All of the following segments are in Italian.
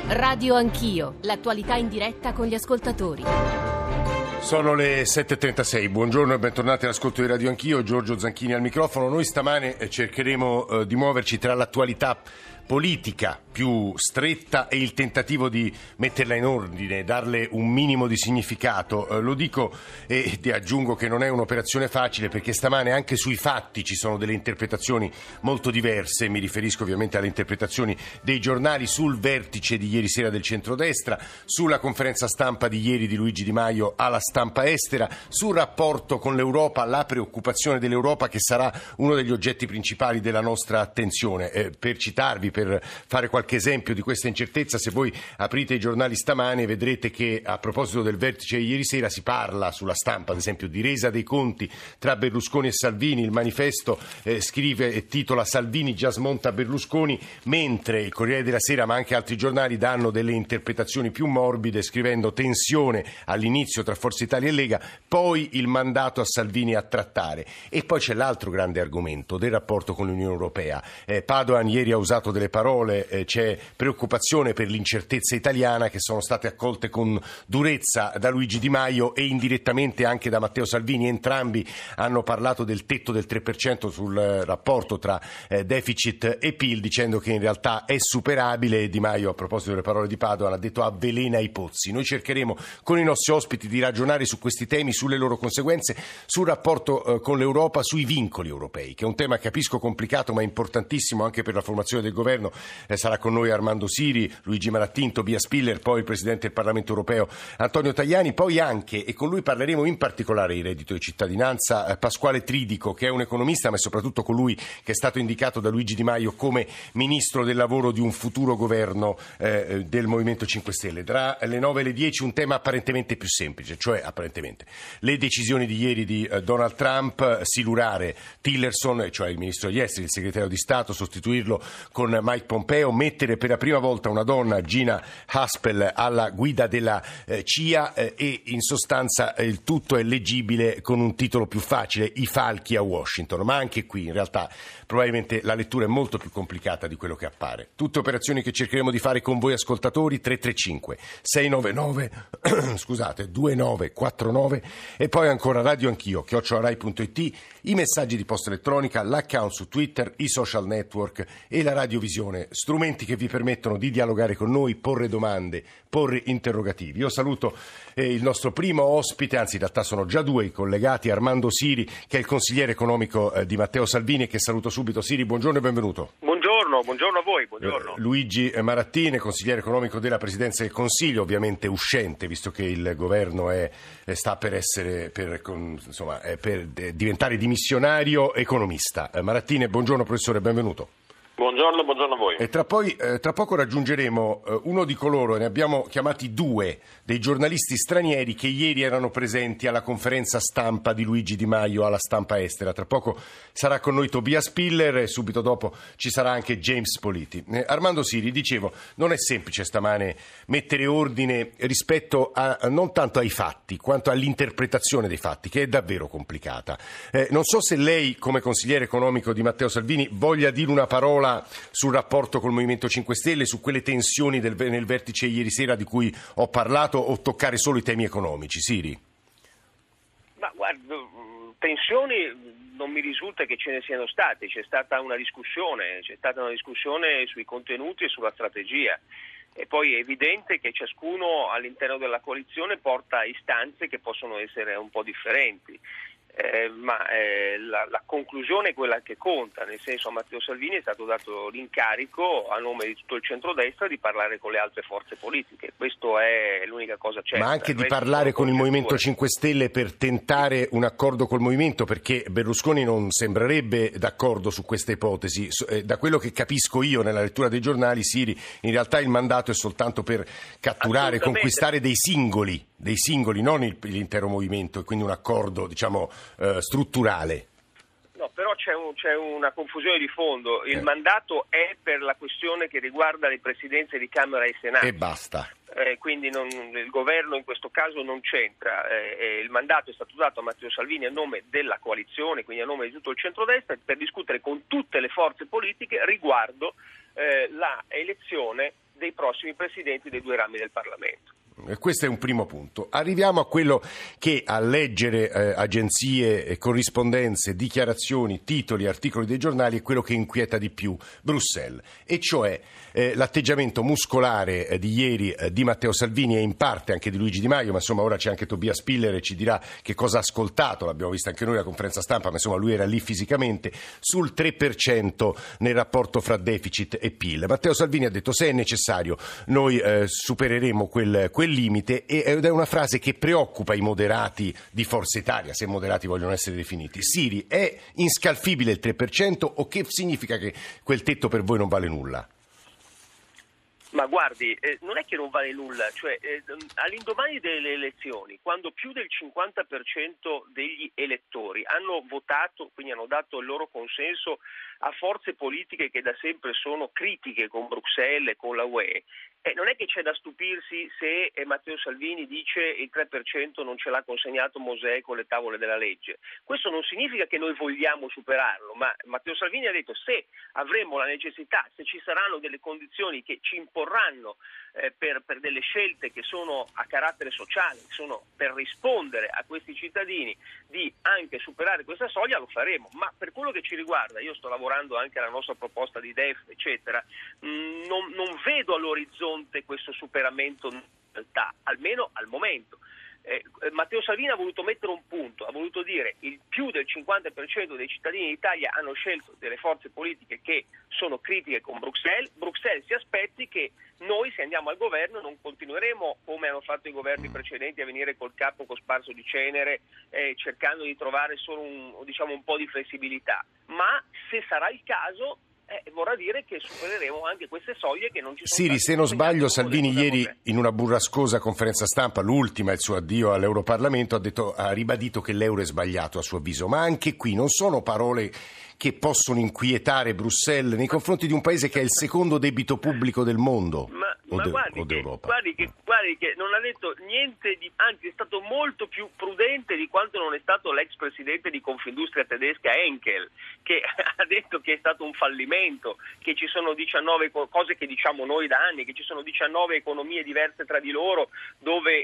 Radio Anch'io, l'attualità in diretta con gli ascoltatori. Sono le 7.36, buongiorno e bentornati all'ascolto di Radio Anch'io, Giorgio Zanchini al microfono. Noi stamane cercheremo di muoverci tra l'attualità politica più stretta e il tentativo di metterla in ordine, darle un minimo di significato. Lo dico e ti aggiungo che non è un'operazione facile, perché stamane anche sui fatti ci sono delle interpretazioni molto diverse. Mi riferisco ovviamente alle interpretazioni dei giornali sul vertice di ieri sera del centrodestra, sulla conferenza stampa di ieri di Luigi Di Maio alla stampa estera, sul rapporto con l'Europa, la preoccupazione dell'Europa che sarà uno degli oggetti principali della nostra attenzione. Per citarvi, per fare qualche esempio di questa incertezza, se voi aprite i giornali stamane vedrete che a proposito del vertice di ieri sera si parla sulla stampa ad esempio di resa dei conti tra Berlusconi e Salvini. Il Manifesto scrive e titola "Salvini già smonta Berlusconi", mentre il Corriere della Sera ma anche altri giornali danno delle interpretazioni più morbide, scrivendo tensione all'inizio tra Forza Italia e Lega, poi il mandato a Salvini a trattare. E poi c'è l'altro grande argomento del rapporto con l'Unione Europea. Padoan ieri ha usato delle parole, c'è preoccupazione per l'incertezza italiana, che sono state accolte con durezza da Luigi Di Maio e indirettamente anche da Matteo Salvini. Entrambi hanno parlato del tetto del 3% sul rapporto tra deficit e PIL, dicendo che in realtà è superabile. Di Maio, a proposito delle parole di Padoan, ha detto avvelena i pozzi. Noi cercheremo con i nostri ospiti di ragionare su questi temi, sulle loro conseguenze, sul rapporto con l'Europa, sui vincoli europei, che è un tema, capisco, complicato ma importantissimo anche per la formazione del governo. Sarà con noi Armando Siri, Luigi Marattin, Tobias Piller, poi il Presidente del Parlamento Europeo Antonio Tajani, poi anche, e con lui parleremo in particolare di reddito di cittadinanza, Pasquale Tridico, che è un economista ma è soprattutto colui che è stato indicato da Luigi Di Maio come Ministro del Lavoro di un futuro governo del Movimento 5 Stelle. Tra le 9 e le 10 un tema apparentemente più semplice, cioè apparentemente le decisioni di ieri di Donald Trump, silurare Tillerson, cioè il Ministro degli Esteri, il Segretario di Stato, sostituirlo con Mike Pompeo, mettere per la prima volta una donna, Gina Haspel, alla guida della CIA e in sostanza il tutto è leggibile con un titolo più facile: i falchi a Washington. Ma anche qui in realtà probabilmente la lettura è molto più complicata di quello che appare. Tutte operazioni che cercheremo di fare con voi ascoltatori. 335 699 2949 e poi ancora Radio Anch'io @rai.it, i messaggi di posta elettronica, l'account su Twitter, i social network e la radiovisione, strumenti che vi permettono di dialogare con noi, porre domande, porre interrogativi. Io saluto il nostro primo ospite, anzi in realtà sono già due i collegati, Armando Siri, che è il consigliere economico di Matteo Salvini, che saluto subito. Siri, buongiorno e benvenuto. Buongiorno a voi, buongiorno. Luigi Marattin, consigliere economico della Presidenza del Consiglio, ovviamente uscente, visto che il governo sta per diventare dimissionario economista. Marattin, buongiorno professore, benvenuto. Buongiorno a voi. E tra poco raggiungeremo uno di coloro, ne abbiamo chiamati due, dei giornalisti stranieri che ieri erano presenti alla conferenza stampa di Luigi Di Maio alla stampa estera. Tra poco sarà con noi Tobias Piller e subito dopo ci sarà anche James Politi. Armando Siri, dicevo, non è semplice stamane mettere ordine rispetto non tanto ai fatti quanto all'interpretazione dei fatti, che è davvero complicata. Non so se lei, come consigliere economico di Matteo Salvini, voglia dire una parola sul rapporto col Movimento 5 Stelle, su quelle tensioni nel vertice ieri sera di cui ho parlato, o toccare solo i temi economici. Siri? Ma guarda, tensioni non mi risulta che ce ne siano state, c'è stata una discussione sui contenuti e sulla strategia. E poi è evidente che ciascuno all'interno della coalizione porta istanze che possono essere un po' differenti. La conclusione è quella che conta, nel senso, a Matteo Salvini è stato dato l'incarico a nome di tutto il centrodestra di parlare con le altre forze politiche. Questo è l'unica cosa certa. Ma anche di parlare con il Movimento 5 Stelle per tentare un accordo col Movimento, perché Berlusconi non sembrerebbe d'accordo su questa ipotesi. Da quello che capisco io nella lettura dei giornali, Siri, in realtà il mandato è soltanto per catturare, conquistare dei singoli, non l'intero movimento, e quindi un accordo, diciamo, strutturale. No, però c'è una confusione di fondo. Il mandato è per la questione che riguarda le presidenze di Camera e Senato. E basta. Quindi il governo in questo caso non c'entra. Il mandato è stato dato a Matteo Salvini a nome della coalizione, quindi a nome di tutto il centrodestra, per discutere con tutte le forze politiche riguardo la elezione prossimi presidenti dei due rami del Parlamento. Questo è un primo punto. Arriviamo a quello che, a leggere agenzie, corrispondenze, dichiarazioni, titoli, articoli dei giornali, è quello che inquieta di più Bruxelles, e cioè l'atteggiamento muscolare di ieri di Matteo Salvini e in parte anche di Luigi Di Maio, ma insomma ora c'è anche Tobias Spiller e ci dirà che cosa ha ascoltato, l'abbiamo vista anche noi alla conferenza stampa, ma insomma lui era lì fisicamente, sul 3% nel rapporto fra deficit e PIL. Matteo Salvini ha detto: se è necessario noi supereremo quel limite, ed è una frase che preoccupa i moderati di Forza Italia, se moderati vogliono essere definiti. Siri, è inscalfibile il 3% o che significa che quel tetto per voi non vale nulla? Ma guardi, non è che non vale nulla, cioè all'indomani delle elezioni, quando più del 50% degli elettori hanno votato, quindi hanno dato il loro consenso a forze politiche che da sempre sono critiche con Bruxelles e con la UE, non è che c'è da stupirsi se Matteo Salvini dice il 3% non ce l'ha consegnato Mosè con le tavole della legge. Questo non significa che noi vogliamo superarlo, ma Matteo Salvini ha detto: se avremo la necessità, se ci saranno delle condizioni che ci imporranno per delle scelte che sono a carattere sociale, che sono per rispondere a questi cittadini, di anche superare questa soglia, lo faremo. Ma per quello che ci riguarda, io sto lavorando anche alla nostra proposta di DEF, eccetera, non vedo all'orizzonte questo superamento in realtà, almeno al momento. Matteo Salvini ha voluto mettere un punto, ha voluto dire il più del 50% dei cittadini d'Italia hanno scelto delle forze politiche che sono critiche con Bruxelles. Bruxelles si aspetti che noi, se andiamo al governo, non continueremo come hanno fatto i governi precedenti a venire col capo cosparso di cenere, cercando di trovare solo un po' di flessibilità, ma se sarà il caso vorrà dire che supereremo anche queste soglie che non ci sono. Siri, se non sbaglio, Salvini ieri in una burrascosa conferenza stampa, l'ultima, il suo addio all'Europarlamento, ha ribadito che l'euro è sbagliato a suo avviso, ma anche qui non sono parole che possono inquietare Bruxelles nei confronti di un paese che ha il secondo debito pubblico del mondo o d'Europa. Guardi che non ha detto niente anzi è stato molto più prudente di quanto non è stato l'ex presidente di Confindustria tedesca Henkel, che ha detto che è stato un fallimento, che ci sono 19 cose che diciamo noi da anni, che ci sono 19 economie diverse tra di loro, dove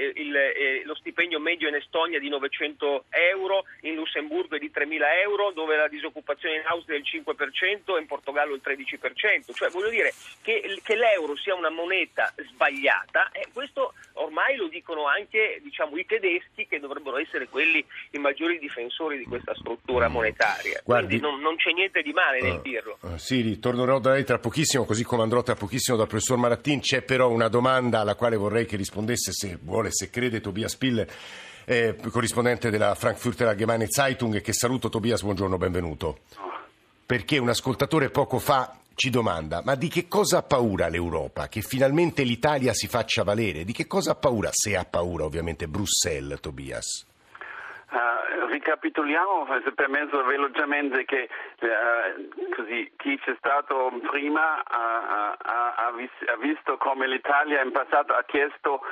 lo stipendio medio in Estonia è di 900 euro, in Lussemburgo è di 3.000 euro, dove la disoccupazione in Austria è del 5% e in Portogallo il 13%. Cioè, voglio dire che l'euro sia una moneta sbagliata, questo ormai lo dicono anche i tedeschi, che dovrebbero essere quelli i maggiori difensori di questa struttura monetaria. Guardi, quindi non c'è niente di male nel dirlo. Sì, ritornerò da lei tra pochissimo, così come andrò tra pochissimo dal professor Marattin. C'è però una domanda alla quale vorrei che rispondesse, se vuole, se crede, Tobias Spiller, corrispondente della Frankfurter Allgemeine Zeitung, che saluto. Tobias, buongiorno, benvenuto. Perché un ascoltatore poco fa ci domanda: ma di che cosa ha paura l'Europa? Che finalmente l'Italia si faccia valere? Di che cosa ha paura, se ha paura ovviamente, Bruxelles, Tobias? Ricapitoliamo, se permesso, velocemente che così chi c'è stato prima ha visto come l'Italia in passato ha chiesto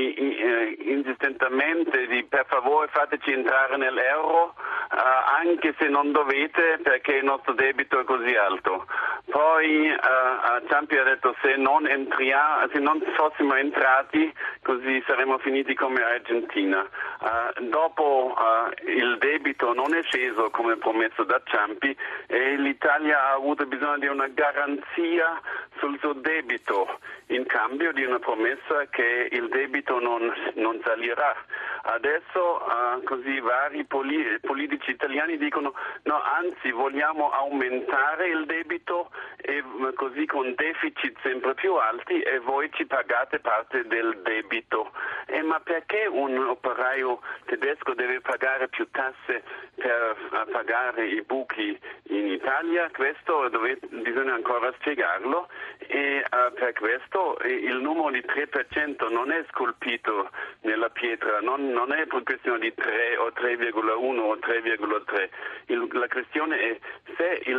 insistentemente di per favore fateci entrare nell'euro, anche se non dovete perché il nostro debito è così alto. Poi Ciampi ha detto se non fossimo entrati così saremmo finiti come Argentina. Dopo il debito non è sceso come promesso da Ciampi e l'Italia ha avuto bisogno di una garanzia sul suo debito in cambio di una promessa che il debito non salirà. Adesso così vari politici italiani dicono no, anzi vogliamo aumentare il debito e così con deficit sempre più alti e voi ci pagate parte del debito. Ma perché un operaio tedesco deve pagare più tasse per pagare i buchi in Italia? Questo bisogna ancora spiegarlo e per questo il numero di 3% non è scolpito nella pietra, non è per questione di 3 o 3,1 o 3,3. La questione è se il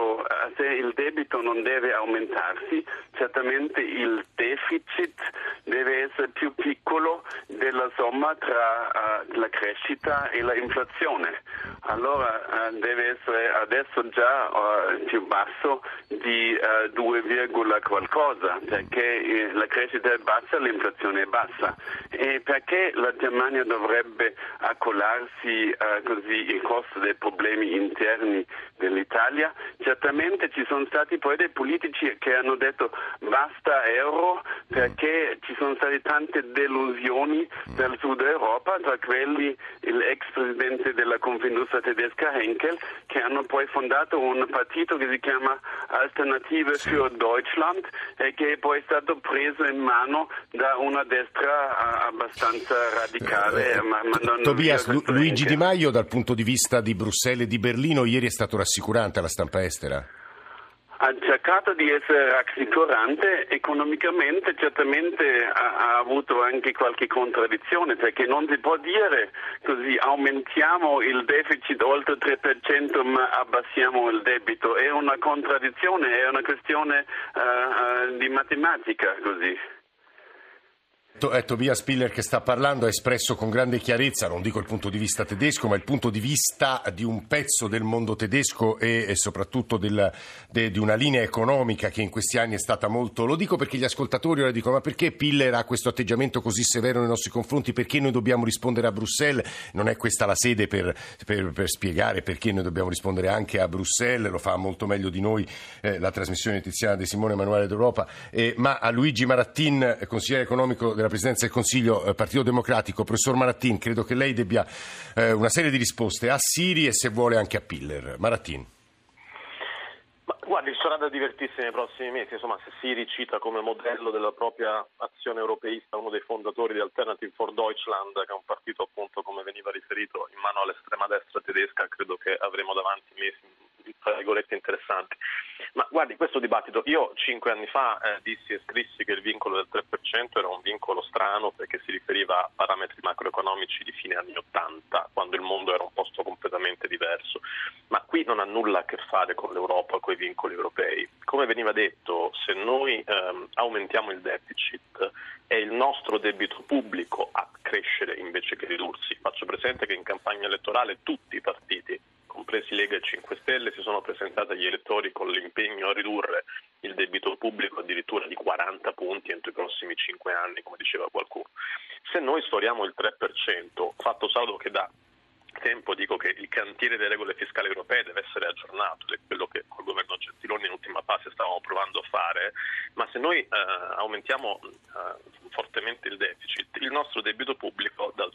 debito non deve aumentarsi, certamente il deficit deve essere più piccolo della somma tra la crescita e la inflazione. Allora deve essere adesso già più basso di 2, qualcosa, perché la crescita è bassa, l'inflazione è bassa. E perché la Germania dovrebbe accollarsi così il costo dei problemi interni dell'Italia? Certamente ci sono stati poi dei politici che hanno detto basta euro, perché ci sono state tante delusioni del Sud Europa, tra quelli l'ex presidente della Confindustria tedesca Henkel, che hanno poi fondato un partito che si chiama Alternative für Deutschland e che poi è stato preso in mano da una destra abbastanza radicale. Tobias, Luigi Di Maio dal punto di vista di Bruxelles e di Berlino ieri è stato rassicurante alla stampa estera? Ha cercato di essere rassicurante, economicamente certamente ha avuto anche qualche contraddizione, perché non si può dire così aumentiamo il deficit oltre 3% ma abbassiamo il debito, è una contraddizione, è una questione di matematica così. È Tobias Piller che sta parlando, ha espresso con grande chiarezza, non dico il punto di vista tedesco, ma il punto di vista di un pezzo del mondo tedesco e soprattutto di una linea economica che in questi anni è stata molto... Lo dico perché gli ascoltatori ora dicono: ma perché Piller ha questo atteggiamento così severo nei nostri confronti? Perché noi dobbiamo rispondere a Bruxelles? Non è questa la sede per spiegare perché noi dobbiamo rispondere anche a Bruxelles, lo fa molto meglio di noi la trasmissione tiziana di Simone Emanuele d'Europa, ma a Luigi Marattin, consigliere economico della Presidenza del Consiglio, Partito Democratico. Professor Marattin, credo che lei debbia una serie di risposte a Siri e se vuole anche a Piller. Marattin. Ma guardi, sarà da divertirsi nei prossimi mesi. Insomma, se Siri cita come modello della propria azione europeista uno dei fondatori di Alternative for Deutschland, che è un partito appunto, come veniva riferito, in mano all'estrema destra tedesca, credo che avremo davanti mesi tra virgolette interessanti. Ma guardi, questo dibattito, io 5 anni fa dissi e scrissi che il vincolo del 3% era un vincolo strano perché si riferiva a parametri macroeconomici di fine anni 80, quando il mondo era un posto completamente diverso. Ma qui non ha nulla a che fare con l'Europa, con i vincoli europei. Come veniva detto, se noi aumentiamo il deficit è il nostro debito pubblico a crescere invece che ridursi. Faccio presente che in campagna elettorale tutti i partiti, compresi Lega e 5 Stelle, si sono presentati agli elettori con l'impegno a ridurre il debito pubblico addirittura di 40 punti entro i prossimi 5 anni, come diceva qualcuno. Se noi sforiamo il 3%, fatto salvo che da tempo dico che il cantiere delle regole fiscali europee deve essere aggiornato, ed è quello che col governo Gentiloni in ultima fase stavamo provando a fare, ma se noi aumentiamo fortemente il deficit, il nostro debito pubblico dal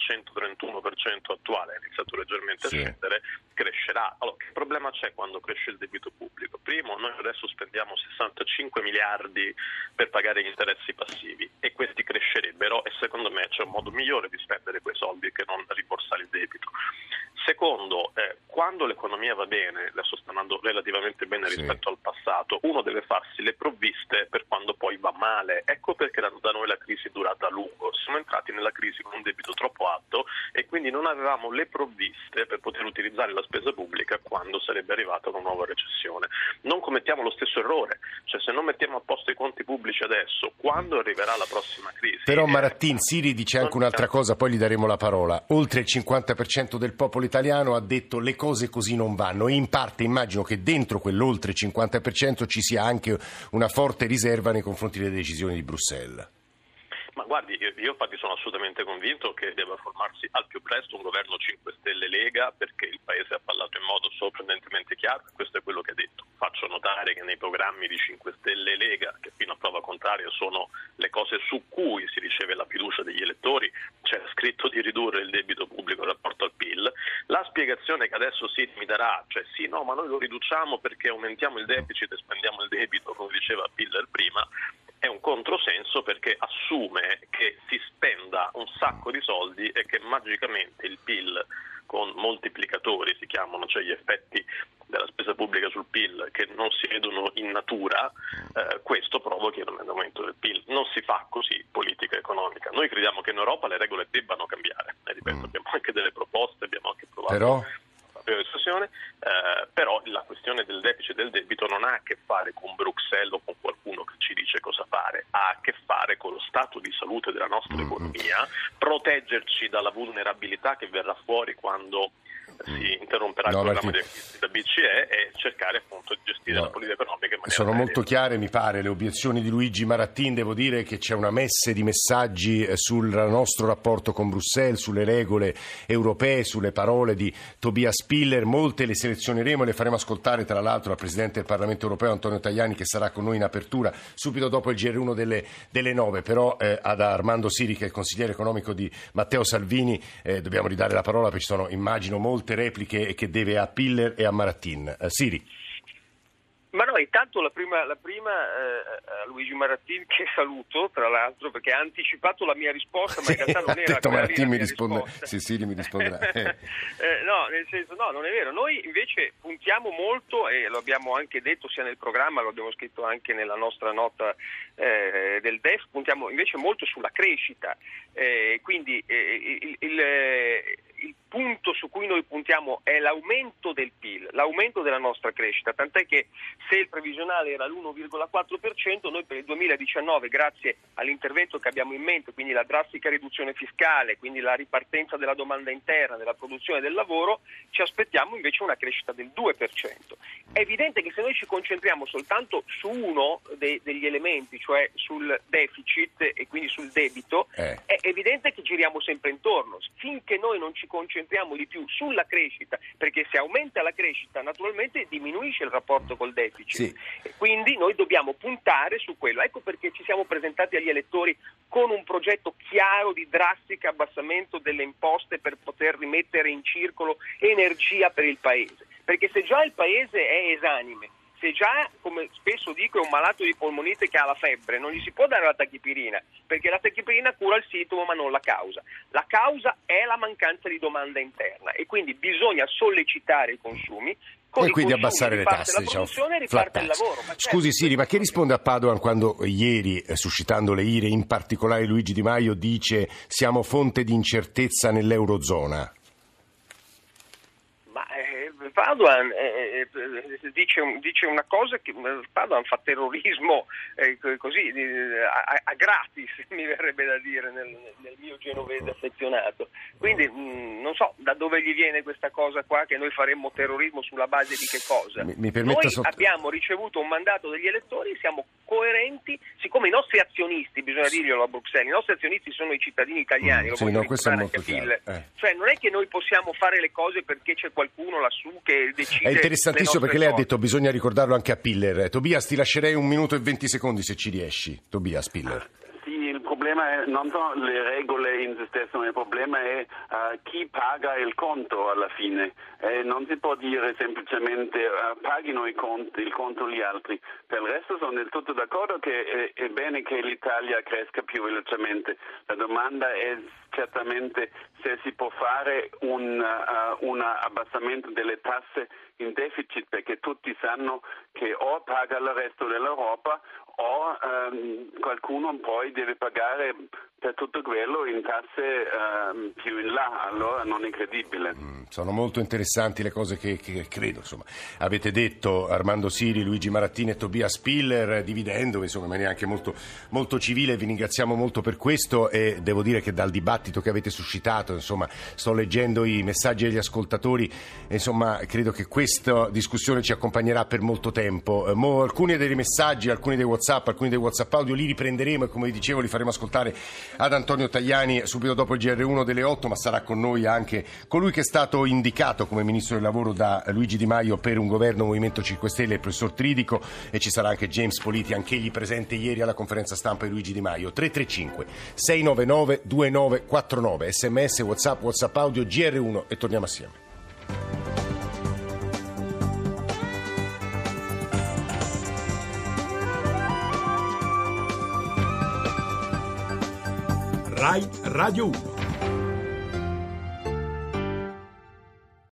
131% attuale, è iniziato leggermente a scendere, crescerà. Allora, che problema c'è quando cresce il debito pubblico? Primo, noi adesso spendiamo 65 miliardi per pagare gli interessi passivi e questi crescerebbero, e secondo me c'è un modo migliore di spendere quei soldi che non rimborsare il debito. Secondo, quando l'economia va bene, adesso sta andando relativamente bene rispetto al passato, uno deve farsi le provviste per quando poi va male. Ecco perché da noi la crisi è durata a lungo. Siamo entrati nella crisi con un debito troppo alto e quindi non avevamo le provviste per poter utilizzare la spesa pubblica quando sarebbe arrivata una nuova recessione. Non commettiamo lo stesso errore, cioè se non mettiamo a posto i conti pubblici adesso, quando arriverà la prossima crisi... Però Marattin, Siri dice anche un'altra cosa, poi gli daremo la parola. Oltre il 50% del popolo italiano ha detto le cose così non vanno, e in parte immagino che dentro quell'oltre 50% ci sia anche una forte riserva nei confronti delle decisioni di Bruxelles. Ma guardi, io infatti sono assolutamente convinto che debba formarsi al più presto un governo 5 Stelle Lega, perché il Paese ha parlato in modo sorprendentemente chiaro, questo è quello che ha detto. Faccio notare che nei programmi di 5 Stelle Lega, che fino a prova contraria sono le cose su cui si riceve la fiducia degli elettori, c'è scritto di ridurre il debito pubblico in rapporto al PIL. La spiegazione che adesso mi darà, cioè sì, no, ma noi lo riduciamo perché aumentiamo il deficit e spendiamo il debito, come diceva Piller prima, è un controsenso, perché assume che si spenda un sacco di soldi e che magicamente il PIL, con moltiplicatori si chiamano, cioè gli effetti della spesa pubblica sul PIL che non si vedono in natura, questo provochi un aumento del PIL. Non si fa così politica economica. Noi crediamo che in Europa le regole debbano cambiare, ripeto, abbiamo anche delle proposte, abbiamo anche provato discussione, però la questione del deficit e del debito non ha a che fare con Bruxelles o con qualcuno che ci dice cosa fare, ha a che fare con lo stato di salute salute della nostra economia, proteggerci dalla vulnerabilità che verrà fuori quando si interromperà il programma di acquisti da BCE e cercare appunto di gestire la politica economica in maniera sono molto chiare, mi pare, le obiezioni di Luigi Marattin. Devo dire che c'è una messe di messaggi sul nostro rapporto con Bruxelles, sulle regole europee, sulle parole di Tobias Piller. Molte le selezioneremo e le faremo ascoltare tra l'altro al Presidente del Parlamento Europeo Antonio Tajani, che sarà con noi in apertura subito dopo il GR1 delle 9. Però ad Armando Siri, che è il consigliere economico di Matteo Salvini, dobbiamo ridare la parola perché ci sono, immagino, molte repliche che deve a Piller e a Marattin. Siri. Ma no, intanto la prima Luigi Marattin, che saluto tra l'altro perché ha anticipato la mia risposta, ma in realtà non era quella Marattin la mi mia risponde, risposta. Siri mi risponderà. No, nel senso, no, non è vero. Noi invece puntiamo molto, e lo abbiamo anche detto sia nel programma, lo abbiamo scritto anche nella nostra nota del DEF, puntiamo invece molto sulla crescita. Quindi il punto su cui noi puntiamo è l'aumento del PIL, l'aumento della nostra crescita, tant'è che se il previsionale era l'1,4%, noi per il 2019, grazie all'intervento che abbiamo in mente, quindi la drastica riduzione fiscale, quindi la ripartenza della domanda interna, della produzione del lavoro, ci aspettiamo invece una crescita del 2%. È evidente che se noi ci concentriamo soltanto su uno degli elementi, cioè sul deficit e quindi sul debito, è evidente che giriamo sempre intorno. Finché noi non ci concentriamo di più sulla crescita, perché se aumenta la crescita naturalmente diminuisce il rapporto col deficit, sì. E quindi noi dobbiamo puntare su quello. Ecco perché ci siamo presentati agli elettori con un progetto chiaro di drastico abbassamento delle imposte per poter rimettere in circolo energia per il Paese, perché se già il Paese è esanime, se già, come spesso dico, è un malato di polmonite che ha la febbre, non gli si può dare la tachipirina, perché la tachipirina cura il sintomo ma non la causa. La causa è la mancanza di domanda interna e quindi bisogna sollecitare i consumi. E quindi abbassare le tasse, diciamo, riparte il lavoro. Ma scusi Siri, ma che risponde a Padoan quando ieri, suscitando le ire, in particolare Luigi Di Maio, dice siamo fonte di incertezza nell'Eurozona? Padoan dice una cosa che Padoan fa terrorismo così a gratis, mi verrebbe da dire nel mio genovese affezionato. Quindi non so da dove gli viene questa cosa qua che noi faremmo terrorismo sulla base di che cosa. Noi abbiamo ricevuto un mandato degli elettori, siamo coerenti, siccome i nostri azionisti, bisogna dirglielo a Bruxelles, i nostri azionisti sono i cittadini italiani, questo è molto chiaro. Cioè non è che noi possiamo fare le cose perché c'è qualcuno lassù che decide. È interessantissimo perché lei ha detto bisogna ricordarlo anche a Piller. Tobias, ti lascerei 1 minuto e 20 secondi se ci riesci. Tobias Piller. Il problema è non sono le regole in se stesso, ma il problema è chi paga il conto alla fine. Non si può dire semplicemente paghino il conto gli altri. Per il resto sono del tutto d'accordo che è bene che l'Italia cresca più velocemente. La domanda è certamente se si può fare un abbassamento delle tasse in deficit, perché tutti sanno che o paga il resto dell'Europa o qualcuno poi deve pagare per tutto quello in tasse più in là, allora non è credibile. Sono molto interessanti le cose che credo, insomma, avete detto Armando Siri, Luigi Marattin e Tobias Piller, dividendo insomma in maniera anche molto, molto civile. Vi ringraziamo molto per questo e devo dire che dal dibattito che avete suscitato, insomma, sto leggendo i messaggi degli ascoltatori, insomma, credo che questa discussione ci accompagnerà per molto tempo. Alcuni dei messaggi, alcuni dei WhatsApp, alcuni dei WhatsApp audio li riprenderemo e, come vi dicevo, li faremo ascoltare ad Antonio Tajani subito dopo il GR1 delle 8, ma sarà con noi anche colui che è stato indicato come Ministro del Lavoro da Luigi Di Maio per un governo Movimento 5 Stelle, il professor Tridico, e ci sarà anche James Politi, anch'egli presente ieri alla conferenza stampa di Luigi Di Maio. 335 699 2949, sms, WhatsApp audio, GR1 e torniamo assieme. Rai Radio 1.